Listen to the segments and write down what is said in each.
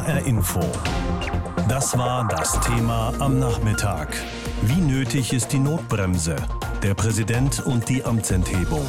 HR Info. Das war das Thema am Nachmittag. Wie nötig ist die Notbremse? Der Präsident und die Amtsenthebung.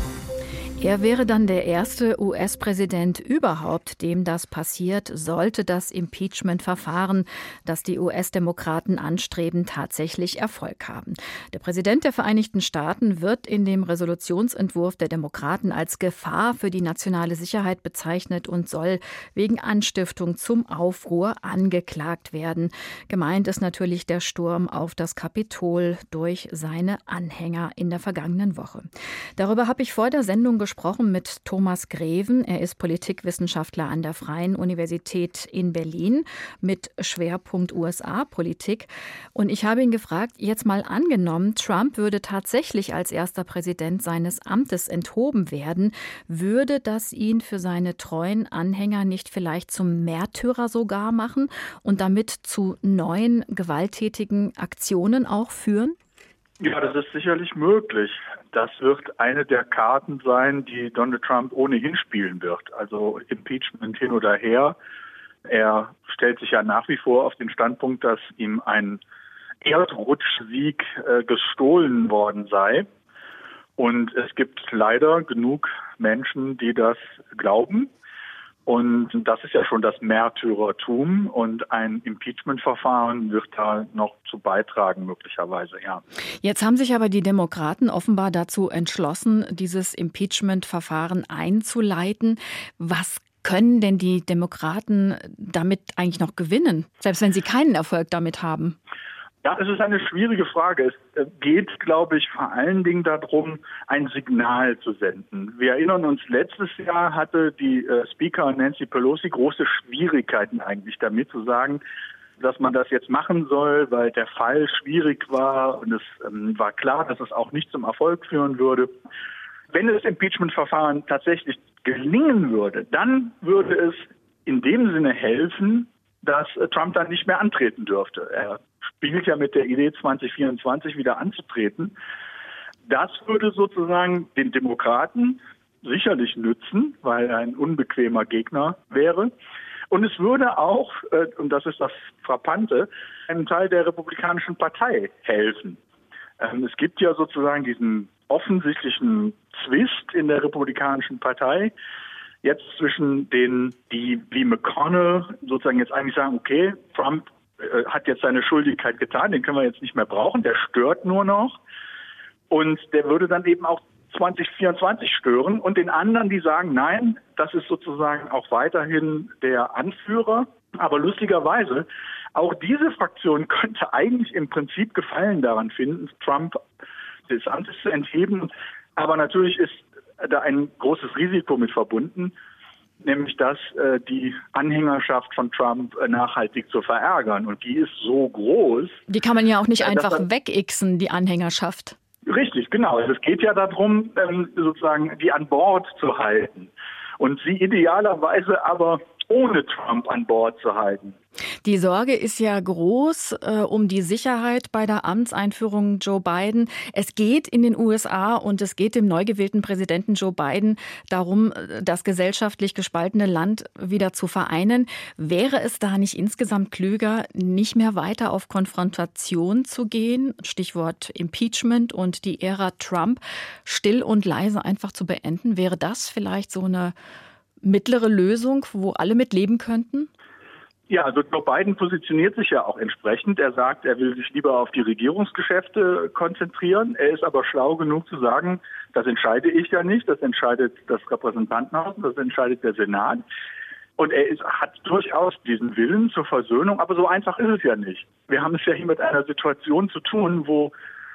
Er wäre dann der erste US-Präsident überhaupt, dem das passiert, sollte das Impeachment-Verfahren, das die US-Demokraten anstreben, tatsächlich Erfolg haben. Der Präsident der Vereinigten Staaten wird in dem Resolutionsentwurf der Demokraten als Gefahr für die nationale Sicherheit bezeichnet und soll wegen Anstiftung zum Aufruhr angeklagt werden. Gemeint ist natürlich der Sturm auf das Kapitol durch seine Anhänger in der vergangenen Woche. Darüber habe ich vor der Sendung gesprochen mit Thomas Greven. Er ist Politikwissenschaftler an der Freien Universität in Berlin mit Schwerpunkt USA-Politik. Und ich habe ihn gefragt, jetzt mal angenommen, Trump würde tatsächlich als erster Präsident seines Amtes enthoben werden, würde das ihn für seine treuen Anhänger nicht vielleicht zum Märtyrer sogar machen und damit zu neuen gewalttätigen Aktionen auch führen? Ja, das ist sicherlich möglich. Das wird eine der Karten sein, die Donald Trump ohnehin spielen wird. Also Impeachment hin oder her. Er stellt sich ja nach wie vor auf den Standpunkt, dass ihm ein Erdrutschsieg gestohlen worden sei. Und es gibt leider genug Menschen, die das glauben. Und das ist ja schon das Märtyrertum und ein Impeachment-Verfahren wird da noch zu beitragen, möglicherweise, ja. Jetzt haben sich aber die Demokraten offenbar dazu entschlossen, dieses Impeachment-Verfahren einzuleiten. Was können denn die Demokraten damit eigentlich noch gewinnen, selbst wenn sie keinen Erfolg damit haben? Ja, es ist eine schwierige Frage. Es geht, glaube ich, vor allen Dingen darum, ein Signal zu senden. Wir erinnern uns, letztes Jahr hatte die Speaker Nancy Pelosi große Schwierigkeiten eigentlich damit zu sagen, dass man das jetzt machen soll, weil der Fall schwierig war und es war klar, dass es auch nicht zum Erfolg führen würde. Wenn das Impeachment-Verfahren tatsächlich gelingen würde, dann würde es in dem Sinne helfen, dass Trump dann nicht mehr antreten dürfte. Er spielt ja mit der Idee, 2024 wieder anzutreten. Das würde sozusagen den Demokraten sicherlich nützen, weil er ein unbequemer Gegner wäre. Und es würde auch, und das ist das Frappante, einem Teil der Republikanischen Partei helfen. Es gibt ja sozusagen diesen offensichtlichen Zwist in der Republikanischen Partei, jetzt zwischen denen, die wie McConnell sozusagen jetzt eigentlich sagen, okay, Trump hat jetzt seine Schuldigkeit getan, den können wir jetzt nicht mehr brauchen, der stört nur noch und der würde dann eben auch 2024 stören und den anderen, die sagen, nein, das ist sozusagen auch weiterhin der Anführer, aber lustigerweise, auch diese Fraktion könnte eigentlich im Prinzip Gefallen daran finden, Trump des Amtes zu entheben, aber natürlich ist da ein großes Risiko mit verbunden, nämlich dass die Anhängerschaft von Trump nachhaltig zu verärgern. Und die ist so groß. Die kann man ja auch nicht einfach wegixen, die Anhängerschaft. Richtig, genau. Also es geht ja darum, sozusagen die an Bord zu halten. Und sie idealerweise aber ohne Trump an Bord zu halten. Die Sorge ist ja groß um die Sicherheit bei der Amtseinführung Joe Biden. Es geht in den USA und es geht dem neu gewählten Präsidenten Joe Biden darum, das gesellschaftlich gespaltene Land wieder zu vereinen. Wäre es da nicht insgesamt klüger, nicht mehr weiter auf Konfrontation zu gehen? Stichwort Impeachment und die Ära Trump still und leise einfach zu beenden? Wäre das vielleicht so eine mittlere Lösung, wo alle mit leben könnten? Ja, also Joe Biden positioniert sich ja auch entsprechend. Er sagt, er will sich lieber auf die Regierungsgeschäfte konzentrieren. Er ist aber schlau genug zu sagen, das entscheide ich ja nicht, das entscheidet das Repräsentantenhaus, das entscheidet der Senat. Und er hat durchaus diesen Willen zur Versöhnung, aber so einfach ist es ja nicht. Wir haben es ja hier mit einer Situation zu tun, wo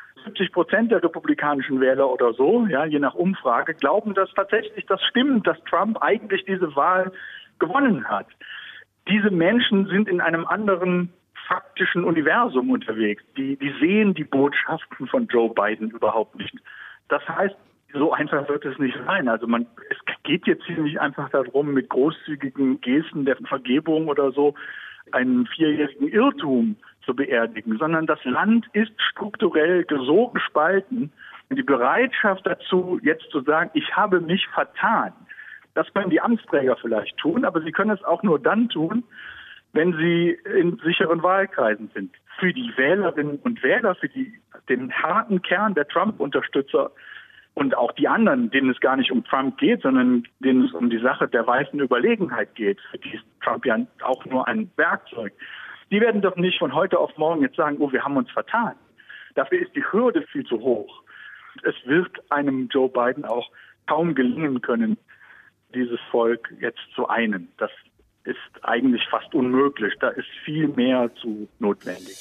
70% der republikanischen Wähler oder so, ja, je nach Umfrage, glauben, dass tatsächlich das stimmt, dass Trump eigentlich diese Wahl gewonnen hat. Diese Menschen sind in einem anderen faktischen Universum unterwegs. Die sehen die Botschaften von Joe Biden überhaupt nicht. Das heißt, so einfach wird es nicht sein. Also es geht jetzt hier nicht einfach darum, mit großzügigen Gesten der Vergebung oder so einen 4-jährigen Irrtum zu beerdigen, sondern das Land ist strukturell so gespalten. Und die Bereitschaft dazu, jetzt zu sagen, ich habe mich vertan, das können die Amtsträger vielleicht tun, aber sie können es auch nur dann tun, wenn sie in sicheren Wahlkreisen sind. Für die Wählerinnen und Wähler, für den harten Kern der Trump-Unterstützer und auch die anderen, denen es gar nicht um Trump geht, sondern denen es um die Sache der weißen Überlegenheit geht, für die ist Trump ja auch nur ein Werkzeug. Die werden doch nicht von heute auf morgen jetzt sagen, oh, wir haben uns vertan. Dafür ist die Hürde viel zu hoch. Es wird einem Joe Biden auch kaum gelingen können, dieses Volk jetzt zu einen. Das ist eigentlich fast unmöglich. Da ist viel mehr zu notwendig.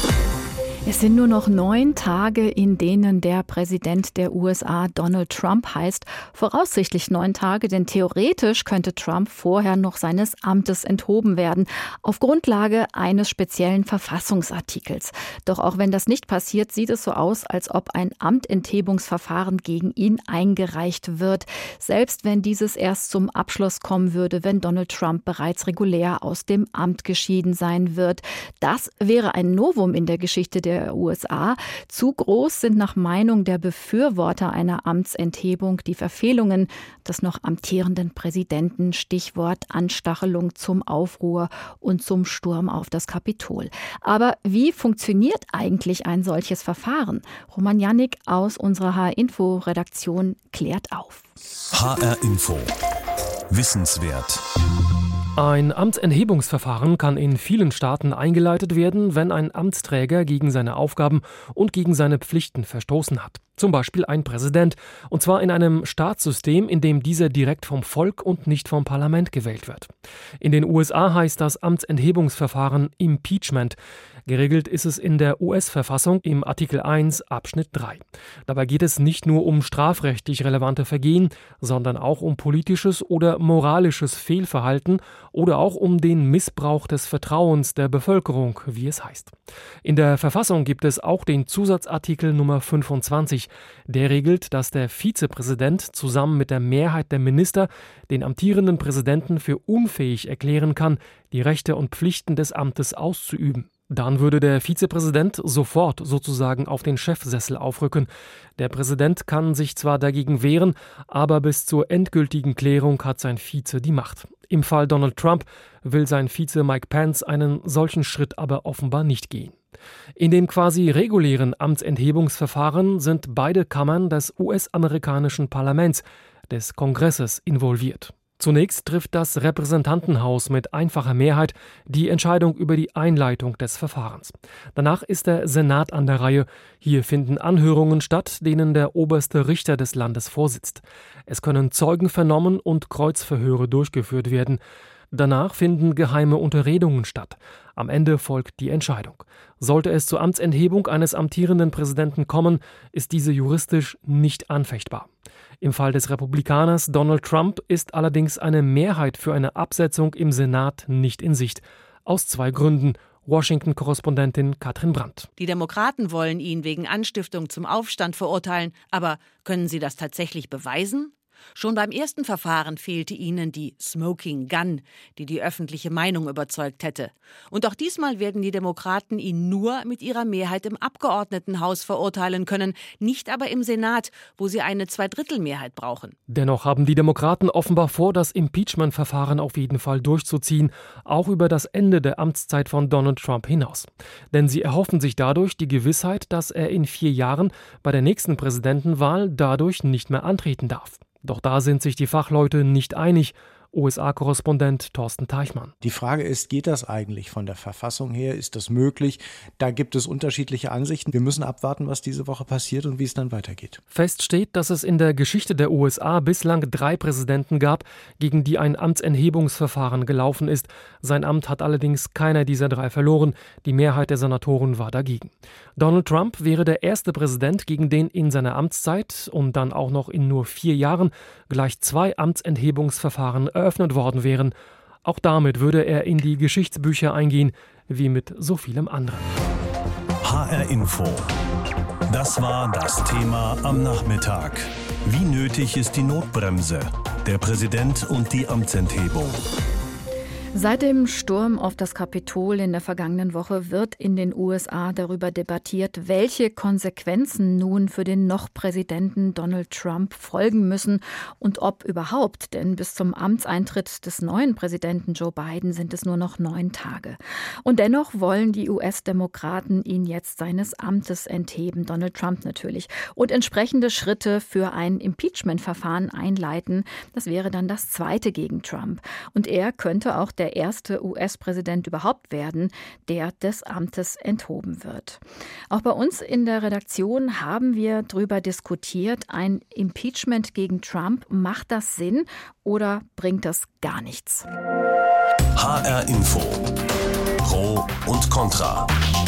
Es sind nur noch 9 Tage, in denen der Präsident der USA Donald Trump heißt. Voraussichtlich 9 Tage, denn theoretisch könnte Trump vorher noch seines Amtes enthoben werden, auf Grundlage eines speziellen Verfassungsartikels. Doch auch wenn das nicht passiert, sieht es so aus, als ob ein Amtenthebungsverfahren gegen ihn eingereicht wird. Selbst wenn dieses erst zum Abschluss kommen würde, wenn Donald Trump bereits regulär aus dem Amt geschieden sein wird. Das wäre ein Novum in der Geschichte der USA. Zu groß sind nach Meinung der Befürworter einer Amtsenthebung die Verfehlungen des noch amtierenden Präsidenten, Stichwort Anstachelung zum Aufruhr und zum Sturm auf das Kapitol. Aber wie funktioniert eigentlich ein solches Verfahren? Roman Jannik aus unserer HR-Info-Redaktion klärt auf. HR-Info. Wissenswert. Ein Amtsenthebungsverfahren kann in vielen Staaten eingeleitet werden, wenn ein Amtsträger gegen seine Aufgaben und gegen seine Pflichten verstoßen hat. Zum Beispiel ein Präsident, und zwar in einem Staatssystem, in dem dieser direkt vom Volk und nicht vom Parlament gewählt wird. In den USA heißt das Amtsenthebungsverfahren Impeachment. Geregelt ist es in der US-Verfassung im Artikel 1 Abschnitt 3. Dabei geht es nicht nur um strafrechtlich relevante Vergehen, sondern auch um politisches oder moralisches Fehlverhalten oder auch um den Missbrauch des Vertrauens der Bevölkerung, wie es heißt. In der Verfassung gibt es auch den Zusatzartikel Nummer 25. Der regelt, dass der Vizepräsident zusammen mit der Mehrheit der Minister den amtierenden Präsidenten für unfähig erklären kann, die Rechte und Pflichten des Amtes auszuüben. Dann würde der Vizepräsident sofort sozusagen auf den Chefsessel aufrücken. Der Präsident kann sich zwar dagegen wehren, aber bis zur endgültigen Klärung hat sein Vize die Macht. Im Fall Donald Trump will sein Vize Mike Pence einen solchen Schritt aber offenbar nicht gehen. In dem quasi regulären Amtsenthebungsverfahren sind beide Kammern des US-amerikanischen Parlaments, des Kongresses, involviert. Zunächst trifft das Repräsentantenhaus mit einfacher Mehrheit die Entscheidung über die Einleitung des Verfahrens. Danach ist der Senat an der Reihe. Hier finden Anhörungen statt, denen der oberste Richter des Landes vorsitzt. Es können Zeugen vernommen und Kreuzverhöre durchgeführt werden. Danach finden geheime Unterredungen statt. Am Ende folgt die Entscheidung. Sollte es zur Amtsenthebung eines amtierenden Präsidenten kommen, ist diese juristisch nicht anfechtbar. Im Fall des Republikaners Donald Trump ist allerdings eine Mehrheit für eine Absetzung im Senat nicht in Sicht. Aus 2 Gründen. Washington-Korrespondentin Katrin Brandt. Die Demokraten wollen ihn wegen Anstiftung zum Aufstand verurteilen. Aber können sie das tatsächlich beweisen? Schon beim ersten Verfahren fehlte ihnen die Smoking Gun, die die öffentliche Meinung überzeugt hätte. Und auch diesmal werden die Demokraten ihn nur mit ihrer Mehrheit im Abgeordnetenhaus verurteilen können, nicht aber im Senat, wo sie eine Zweidrittelmehrheit brauchen. Dennoch haben die Demokraten offenbar vor, das Impeachment-Verfahren auf jeden Fall durchzuziehen, auch über das Ende der Amtszeit von Donald Trump hinaus. Denn sie erhoffen sich dadurch die Gewissheit, dass er in 4 Jahren bei der nächsten Präsidentenwahl dadurch nicht mehr antreten darf. Doch da sind sich die Fachleute nicht einig. USA-Korrespondent Thorsten Teichmann. Die Frage ist, geht das eigentlich von der Verfassung her? Ist das möglich? Da gibt es unterschiedliche Ansichten. Wir müssen abwarten, was diese Woche passiert und wie es dann weitergeht. Fest steht, dass es in der Geschichte der USA bislang 3 Präsidenten gab, gegen die ein Amtsenthebungsverfahren gelaufen ist. Sein Amt hat allerdings keiner dieser 3 verloren. Die Mehrheit der Senatoren war dagegen. Donald Trump wäre der erste Präsident, gegen den in seiner Amtszeit und dann auch noch in nur 4 Jahren gleich 2 Amtsenthebungsverfahren eröffnet worden wären. Auch damit würde er in die Geschichtsbücher eingehen, wie mit so vielem anderen. HR Info. Das war das Thema am Nachmittag. Wie nötig ist die Notbremse? Der Präsident und die Amtsenthebung. Seit dem Sturm auf das Kapitol in der vergangenen Woche wird in den USA darüber debattiert, welche Konsequenzen nun für den noch Präsidenten Donald Trump folgen müssen und ob überhaupt, denn bis zum Amtseintritt des neuen Präsidenten Joe Biden sind es nur noch 9 Tage. Und dennoch wollen die US-Demokraten ihn jetzt seines Amtes entheben, Donald Trump natürlich, und entsprechende Schritte für ein Impeachment-Verfahren einleiten. Das wäre dann das zweite gegen Trump. Und er könnte auch der erste US-Präsident überhaupt werden, der des Amtes enthoben wird. Auch bei uns in der Redaktion haben wir darüber diskutiert, ein Impeachment gegen Trump, macht das Sinn oder bringt das gar nichts? HR Info. Pro und Contra.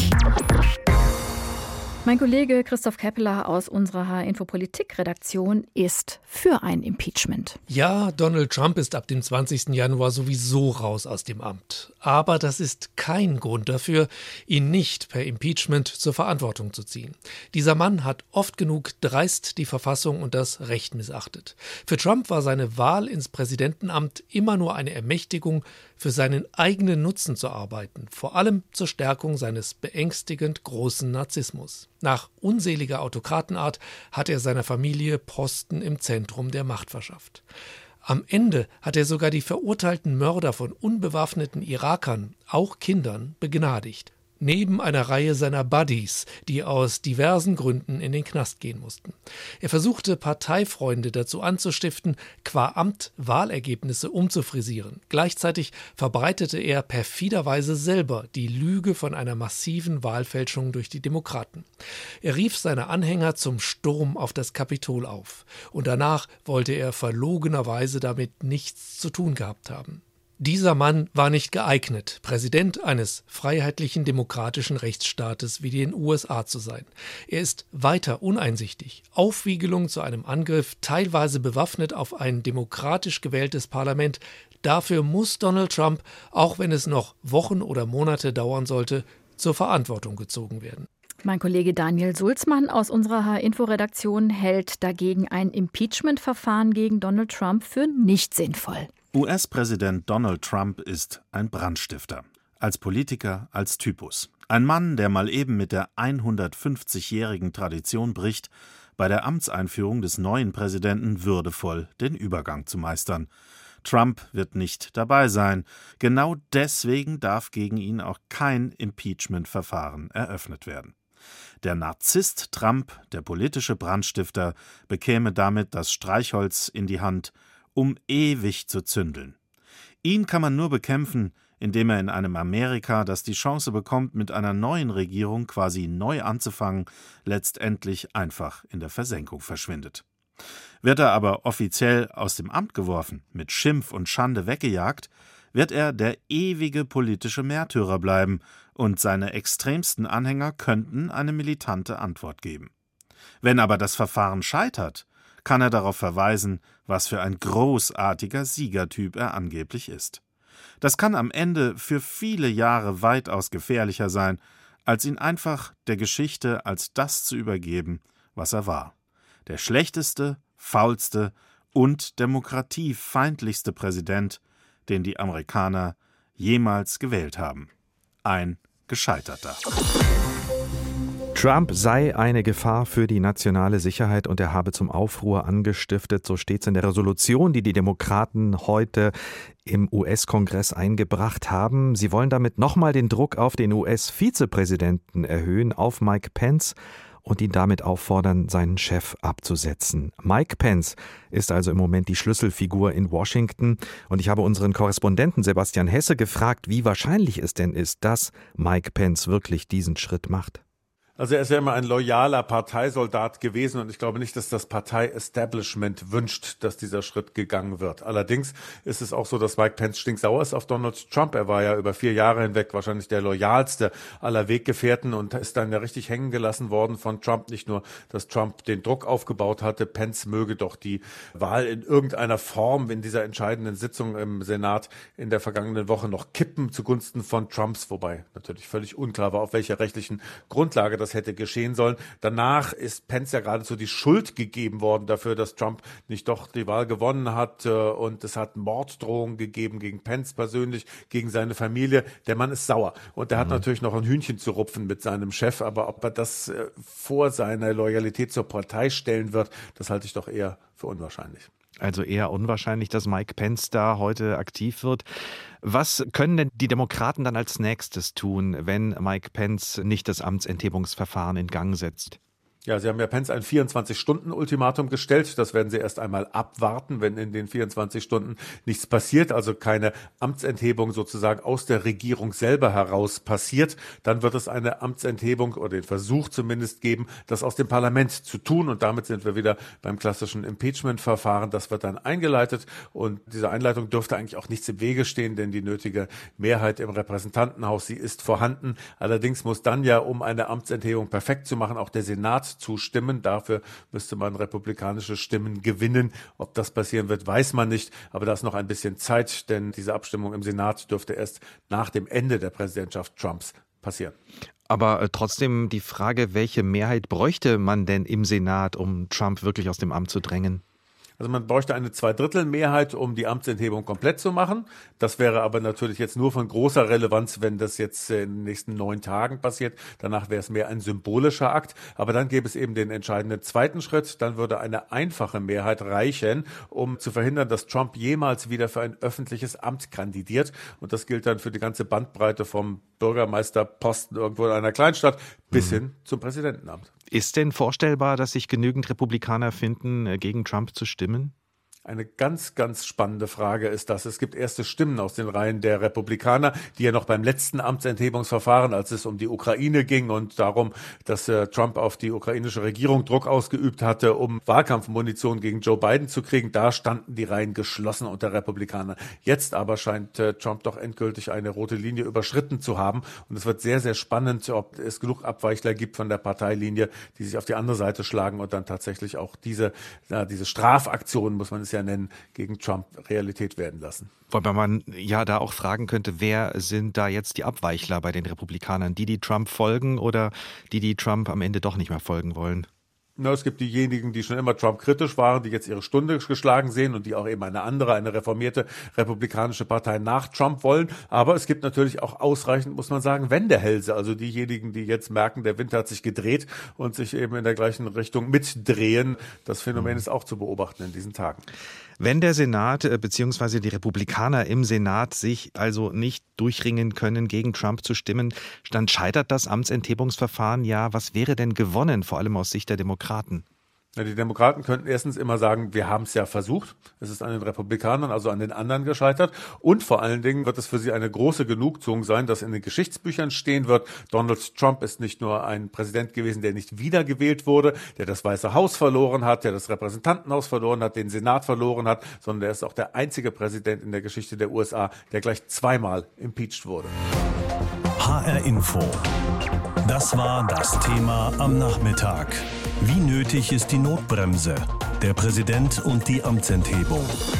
Mein Kollege Christoph Keppeler aus unserer HR-Info-Politik-Redaktion ist für ein Impeachment. Ja, Donald Trump ist ab dem 20. Januar sowieso raus aus dem Amt. Aber das ist kein Grund dafür, ihn nicht per Impeachment zur Verantwortung zu ziehen. Dieser Mann hat oft genug dreist die Verfassung und das Recht missachtet. Für Trump war seine Wahl ins Präsidentenamt immer nur eine Ermächtigung, für seinen eigenen Nutzen zu arbeiten, vor allem zur Stärkung seines beängstigend großen Narzissmus. Nach unseliger Autokratenart hat er seiner Familie Posten im Zentrum der Macht verschafft. Am Ende hat er sogar die verurteilten Mörder von unbewaffneten Irakern, auch Kindern, begnadigt. Neben einer Reihe seiner Buddies, die aus diversen Gründen in den Knast gehen mussten. Er versuchte, Parteifreunde dazu anzustiften, qua Amt Wahlergebnisse umzufrisieren. Gleichzeitig verbreitete er perfiderweise selber die Lüge von einer massiven Wahlfälschung durch die Demokraten. Er rief seine Anhänger zum Sturm auf das Kapitol auf. Und danach wollte er verlogenerweise damit nichts zu tun gehabt haben. Dieser Mann war nicht geeignet, Präsident eines freiheitlichen demokratischen Rechtsstaates wie den USA zu sein. Er ist weiter uneinsichtig. Aufwiegelung zu einem Angriff, teilweise bewaffnet auf ein demokratisch gewähltes Parlament. Dafür muss Donald Trump, auch wenn es noch Wochen oder Monate dauern sollte, zur Verantwortung gezogen werden. Mein Kollege Daniel Sulzmann aus unserer HR-Info-Redaktion hält dagegen ein Impeachment-Verfahren gegen Donald Trump für nicht sinnvoll. US-Präsident Donald Trump ist ein Brandstifter. Als Politiker, als Typus. Ein Mann, der mal eben mit der 150-jährigen Tradition bricht, bei der Amtseinführung des neuen Präsidenten würdevoll den Übergang zu meistern. Trump wird nicht dabei sein. Genau deswegen darf gegen ihn auch kein Impeachment-Verfahren eröffnet werden. Der Narzisst Trump, der politische Brandstifter, bekäme damit das Streichholz in die Hand, um ewig zu zündeln. Ihn kann man nur bekämpfen, indem er in einem Amerika, das die Chance bekommt, mit einer neuen Regierung quasi neu anzufangen, letztendlich einfach in der Versenkung verschwindet. Wird er aber offiziell aus dem Amt geworfen, mit Schimpf und Schande weggejagt, wird er der ewige politische Märtyrer bleiben und seine extremsten Anhänger könnten eine militante Antwort geben. Wenn aber das Verfahren scheitert, kann er darauf verweisen, was für ein großartiger Siegertyp er angeblich ist. Das kann am Ende für viele Jahre weitaus gefährlicher sein, als ihn einfach der Geschichte als das zu übergeben, was er war. Der schlechteste, faulste und demokratiefeindlichste Präsident, den die Amerikaner jemals gewählt haben. Ein Gescheiterter. Trump sei eine Gefahr für die nationale Sicherheit und er habe zum Aufruhr angestiftet, so steht es in der Resolution, die die Demokraten heute im US-Kongress eingebracht haben. Sie wollen damit nochmal den Druck auf den US-Vizepräsidenten erhöhen, auf Mike Pence, und ihn damit auffordern, seinen Chef abzusetzen. Mike Pence ist also im Moment die Schlüsselfigur in Washington. Und ich habe unseren Korrespondenten Sebastian Hesse gefragt, wie wahrscheinlich es denn ist, dass Mike Pence wirklich diesen Schritt macht. Also er ist ja immer ein loyaler Parteisoldat gewesen und ich glaube nicht, dass das Partei-Establishment wünscht, dass dieser Schritt gegangen wird. Allerdings ist es auch so, dass Mike Pence stinksauer ist auf Donald Trump. Er war ja über 4 Jahre hinweg wahrscheinlich der loyalste aller Weggefährten und ist dann ja richtig hängen gelassen worden von Trump. Nicht nur, dass Trump den Druck aufgebaut hatte, Pence möge doch die Wahl in irgendeiner Form in dieser entscheidenden Sitzung im Senat in der vergangenen Woche noch kippen zugunsten von Trumps, wobei natürlich völlig unklar war, auf welcher rechtlichen Grundlage das das hätte geschehen sollen. Danach ist Pence ja geradezu die Schuld gegeben worden dafür, dass Trump nicht doch die Wahl gewonnen hat. Und es hat Morddrohungen gegeben gegen Pence persönlich, gegen seine Familie. Der Mann ist sauer. Und der hat natürlich noch ein Hühnchen zu rupfen mit seinem Chef. Aber ob er das vor seiner Loyalität zur Partei stellen wird, das halte ich doch eher für unwahrscheinlich. Also eher unwahrscheinlich, dass Mike Pence da heute aktiv wird. Was können denn die Demokraten dann als nächstes tun, wenn Mike Pence nicht das Amtsenthebungsverfahren in Gang setzt? Ja, Sie haben ja Pence ein 24-Stunden-Ultimatum gestellt. Das werden Sie erst einmal abwarten, wenn in den 24 Stunden nichts passiert, also keine Amtsenthebung sozusagen aus der Regierung selber heraus passiert. Dann wird es eine Amtsenthebung oder den Versuch zumindest geben, das aus dem Parlament zu tun. Und damit sind wir wieder beim klassischen Impeachment-Verfahren. Das wird dann eingeleitet. Und diese Einleitung dürfte eigentlich auch nichts im Wege stehen, denn die nötige Mehrheit im Repräsentantenhaus, sie ist vorhanden. Allerdings muss dann ja, um eine Amtsenthebung perfekt zu machen, auch der Senat zustimmen. Dafür müsste man republikanische Stimmen gewinnen. Ob das passieren wird, weiß man nicht. Aber da ist noch ein bisschen Zeit, denn diese Abstimmung im Senat dürfte erst nach dem Ende der Präsidentschaft Trumps passieren. Aber trotzdem die Frage, welche Mehrheit bräuchte man denn im Senat, um Trump wirklich aus dem Amt zu drängen? Also man bräuchte eine Zweidrittelmehrheit, um die Amtsenthebung komplett zu machen. Das wäre aber natürlich jetzt nur von großer Relevanz, wenn das jetzt in den nächsten 9 Tagen passiert. Danach wäre es mehr ein symbolischer Akt. Aber dann gäbe es eben den entscheidenden zweiten Schritt. Dann würde eine einfache Mehrheit reichen, um zu verhindern, dass Trump jemals wieder für ein öffentliches Amt kandidiert. Und das gilt dann für die ganze Bandbreite vom Bürgermeisterposten irgendwo in einer Kleinstadt bis hin zum Präsidentenamt. Ist denn vorstellbar, dass sich genügend Republikaner finden, gegen Trump zu stimmen? Eine ganz, ganz spannende Frage ist das. Es gibt erste Stimmen aus den Reihen der Republikaner, die ja noch beim letzten Amtsenthebungsverfahren, als es um die Ukraine ging und darum, dass Trump auf die ukrainische Regierung Druck ausgeübt hatte, um Wahlkampfmunition gegen Joe Biden zu kriegen, da standen die Reihen geschlossen unter Republikanern. Jetzt aber scheint Trump doch endgültig eine rote Linie überschritten zu haben. Und es wird sehr, sehr spannend, ob es genug Abweichler gibt von der Parteilinie, die sich auf die andere Seite schlagen und dann tatsächlich auch diese Strafaktion, muss man es ja nennen, gegen Trump Realität werden lassen. Wobei man ja da auch fragen könnte, wer sind da jetzt die Abweichler bei den Republikanern? Die Trump folgen oder die Trump am Ende doch nicht mehr folgen wollen? Na, es gibt diejenigen, die schon immer Trump-kritisch waren, die jetzt ihre Stunde geschlagen sehen und die auch eben eine reformierte republikanische Partei nach Trump wollen. Aber es gibt natürlich auch ausreichend, muss man sagen, Wendehälse. Also diejenigen, die jetzt merken, der Wind hat sich gedreht und sich eben in der gleichen Richtung mitdrehen. Das Phänomen ist auch zu beobachten in diesen Tagen. Wenn der Senat bzw. die Republikaner im Senat sich also nicht durchringen können, gegen Trump zu stimmen, dann scheitert das Amtsenthebungsverfahren ja. Was wäre denn gewonnen, vor allem aus Sicht der Demokraten? Ja, die Demokraten könnten erstens immer sagen, wir haben es ja versucht. Es ist an den Republikanern, also an den anderen gescheitert. Und vor allen Dingen wird es für sie eine große Genugtuung sein, dass in den Geschichtsbüchern stehen wird, Donald Trump ist nicht nur ein Präsident gewesen, der nicht wiedergewählt wurde, der das Weiße Haus verloren hat, der das Repräsentantenhaus verloren hat, den Senat verloren hat, sondern er ist auch der einzige Präsident in der Geschichte der USA, der gleich 2-mal impeached wurde. HR Info. Das war das Thema am Nachmittag. Wie nötig ist die Notbremse? Der Präsident und die Amtsenthebung.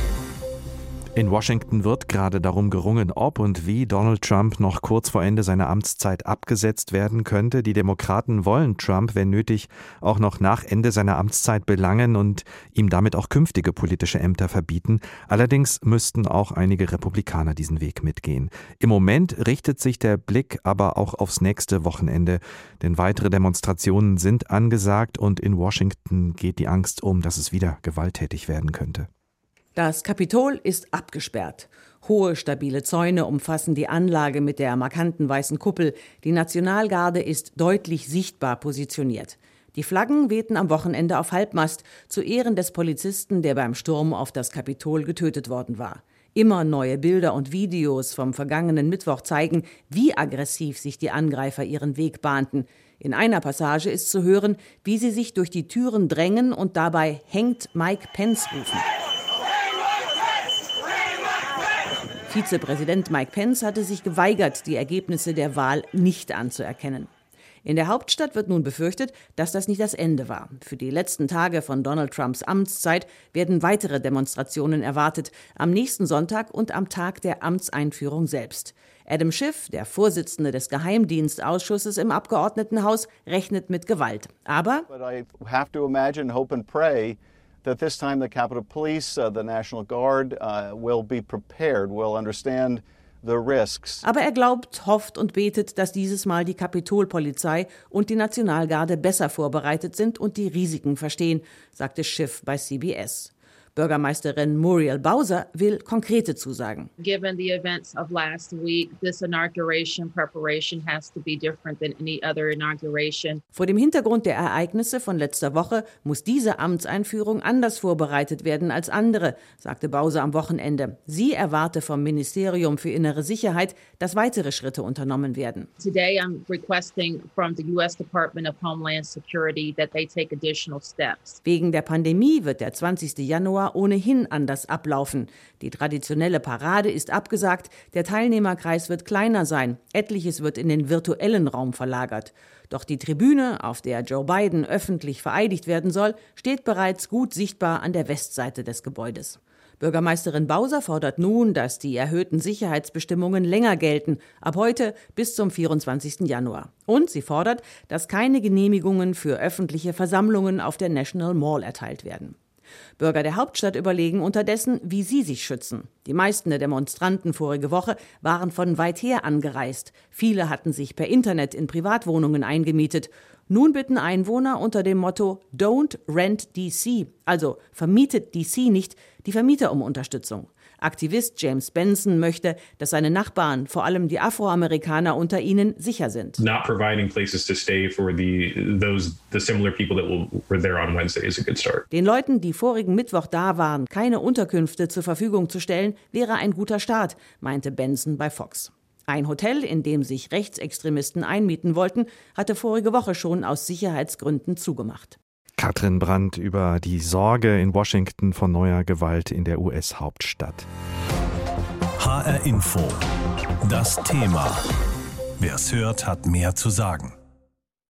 In Washington wird gerade darum gerungen, ob und wie Donald Trump noch kurz vor Ende seiner Amtszeit abgesetzt werden könnte. Die Demokraten wollen Trump, wenn nötig, auch noch nach Ende seiner Amtszeit belangen und ihm damit auch künftige politische Ämter verbieten. Allerdings müssten auch einige Republikaner diesen Weg mitgehen. Im Moment richtet sich der Blick aber auch aufs nächste Wochenende, denn weitere Demonstrationen sind angesagt und in Washington geht die Angst um, dass es wieder gewalttätig werden könnte. Das Kapitol ist abgesperrt. Hohe, stabile Zäune umfassen die Anlage mit der markanten weißen Kuppel. Die Nationalgarde ist deutlich sichtbar positioniert. Die Flaggen wehten am Wochenende auf Halbmast zu Ehren des Polizisten, der beim Sturm auf das Kapitol getötet worden war. Immer neue Bilder und Videos vom vergangenen Mittwoch zeigen, wie aggressiv sich die Angreifer ihren Weg bahnten. In einer Passage ist zu hören, wie sie sich durch die Türen drängen und dabei "Hängt Mike Pence" rufen. Vizepräsident Mike Pence hatte sich geweigert, die Ergebnisse der Wahl nicht anzuerkennen. In der Hauptstadt wird nun befürchtet, dass das nicht das Ende war. Für die letzten Tage von Donald Trumps Amtszeit werden weitere Demonstrationen erwartet, am nächsten Sonntag und am Tag der Amtseinführung selbst. Adam Schiff, der Vorsitzende des Geheimdienstausschusses im Abgeordnetenhaus, rechnet mit Gewalt. Aber that this time the Capitol Police, the National Guard, will be prepared, will understand the risks. Aber er glaubt, hofft und betet, dass dieses Mal die Kapitolpolizei und die Nationalgarde besser vorbereitet sind und die Risiken verstehen, sagte Schiff bei CBS. Bürgermeisterin Muriel Bowser will konkrete Zusagen. Given the events of last week, this inauguration preparation has to be different than any other inauguration. Vor dem Hintergrund der Ereignisse von letzter Woche muss diese Amtseinführung anders vorbereitet werden als andere, sagte Bowser am Wochenende. Sie erwarte vom Ministerium für innere Sicherheit, dass weitere Schritte unternommen werden. Today I'm requesting from the US Department of Homeland Security that they take additional steps. Wegen der Pandemie wird der 20. Januar ohnehin anders ablaufen. Die traditionelle Parade ist abgesagt, der Teilnehmerkreis wird kleiner sein, etliches wird in den virtuellen Raum verlagert. Doch die Tribüne, auf der Joe Biden öffentlich vereidigt werden soll, steht bereits gut sichtbar an der Westseite des Gebäudes. Bürgermeisterin Bowser fordert nun, dass die erhöhten Sicherheitsbestimmungen länger gelten, ab heute bis zum 24. Januar. Und sie fordert, dass keine Genehmigungen für öffentliche Versammlungen auf der National Mall erteilt werden. Bürger der Hauptstadt überlegen unterdessen, wie sie sich schützen. Die meisten der Demonstranten vorige Woche waren von weit her angereist. Viele hatten sich per Internet in Privatwohnungen eingemietet. Nun bitten Einwohner unter dem Motto Don't Rent DC, also vermietet DC nicht, die Vermieter um Unterstützung. Aktivist James Benson möchte, dass seine Nachbarn, vor allem die Afroamerikaner unter ihnen, sicher sind. Not providing places to stay for the similar people that were there on Wednesday is a good start. Den Leuten, die vorigen Mittwoch da waren, keine Unterkünfte zur Verfügung zu stellen, wäre ein guter Start, meinte Benson bei Fox. Ein Hotel, in dem sich Rechtsextremisten einmieten wollten, hatte vorige Woche schon aus Sicherheitsgründen zugemacht. Katrin Brandt über die Sorge in Washington vor neuer Gewalt in der US-Hauptstadt. HR Info. Das Thema. Wer es hört, hat mehr zu sagen.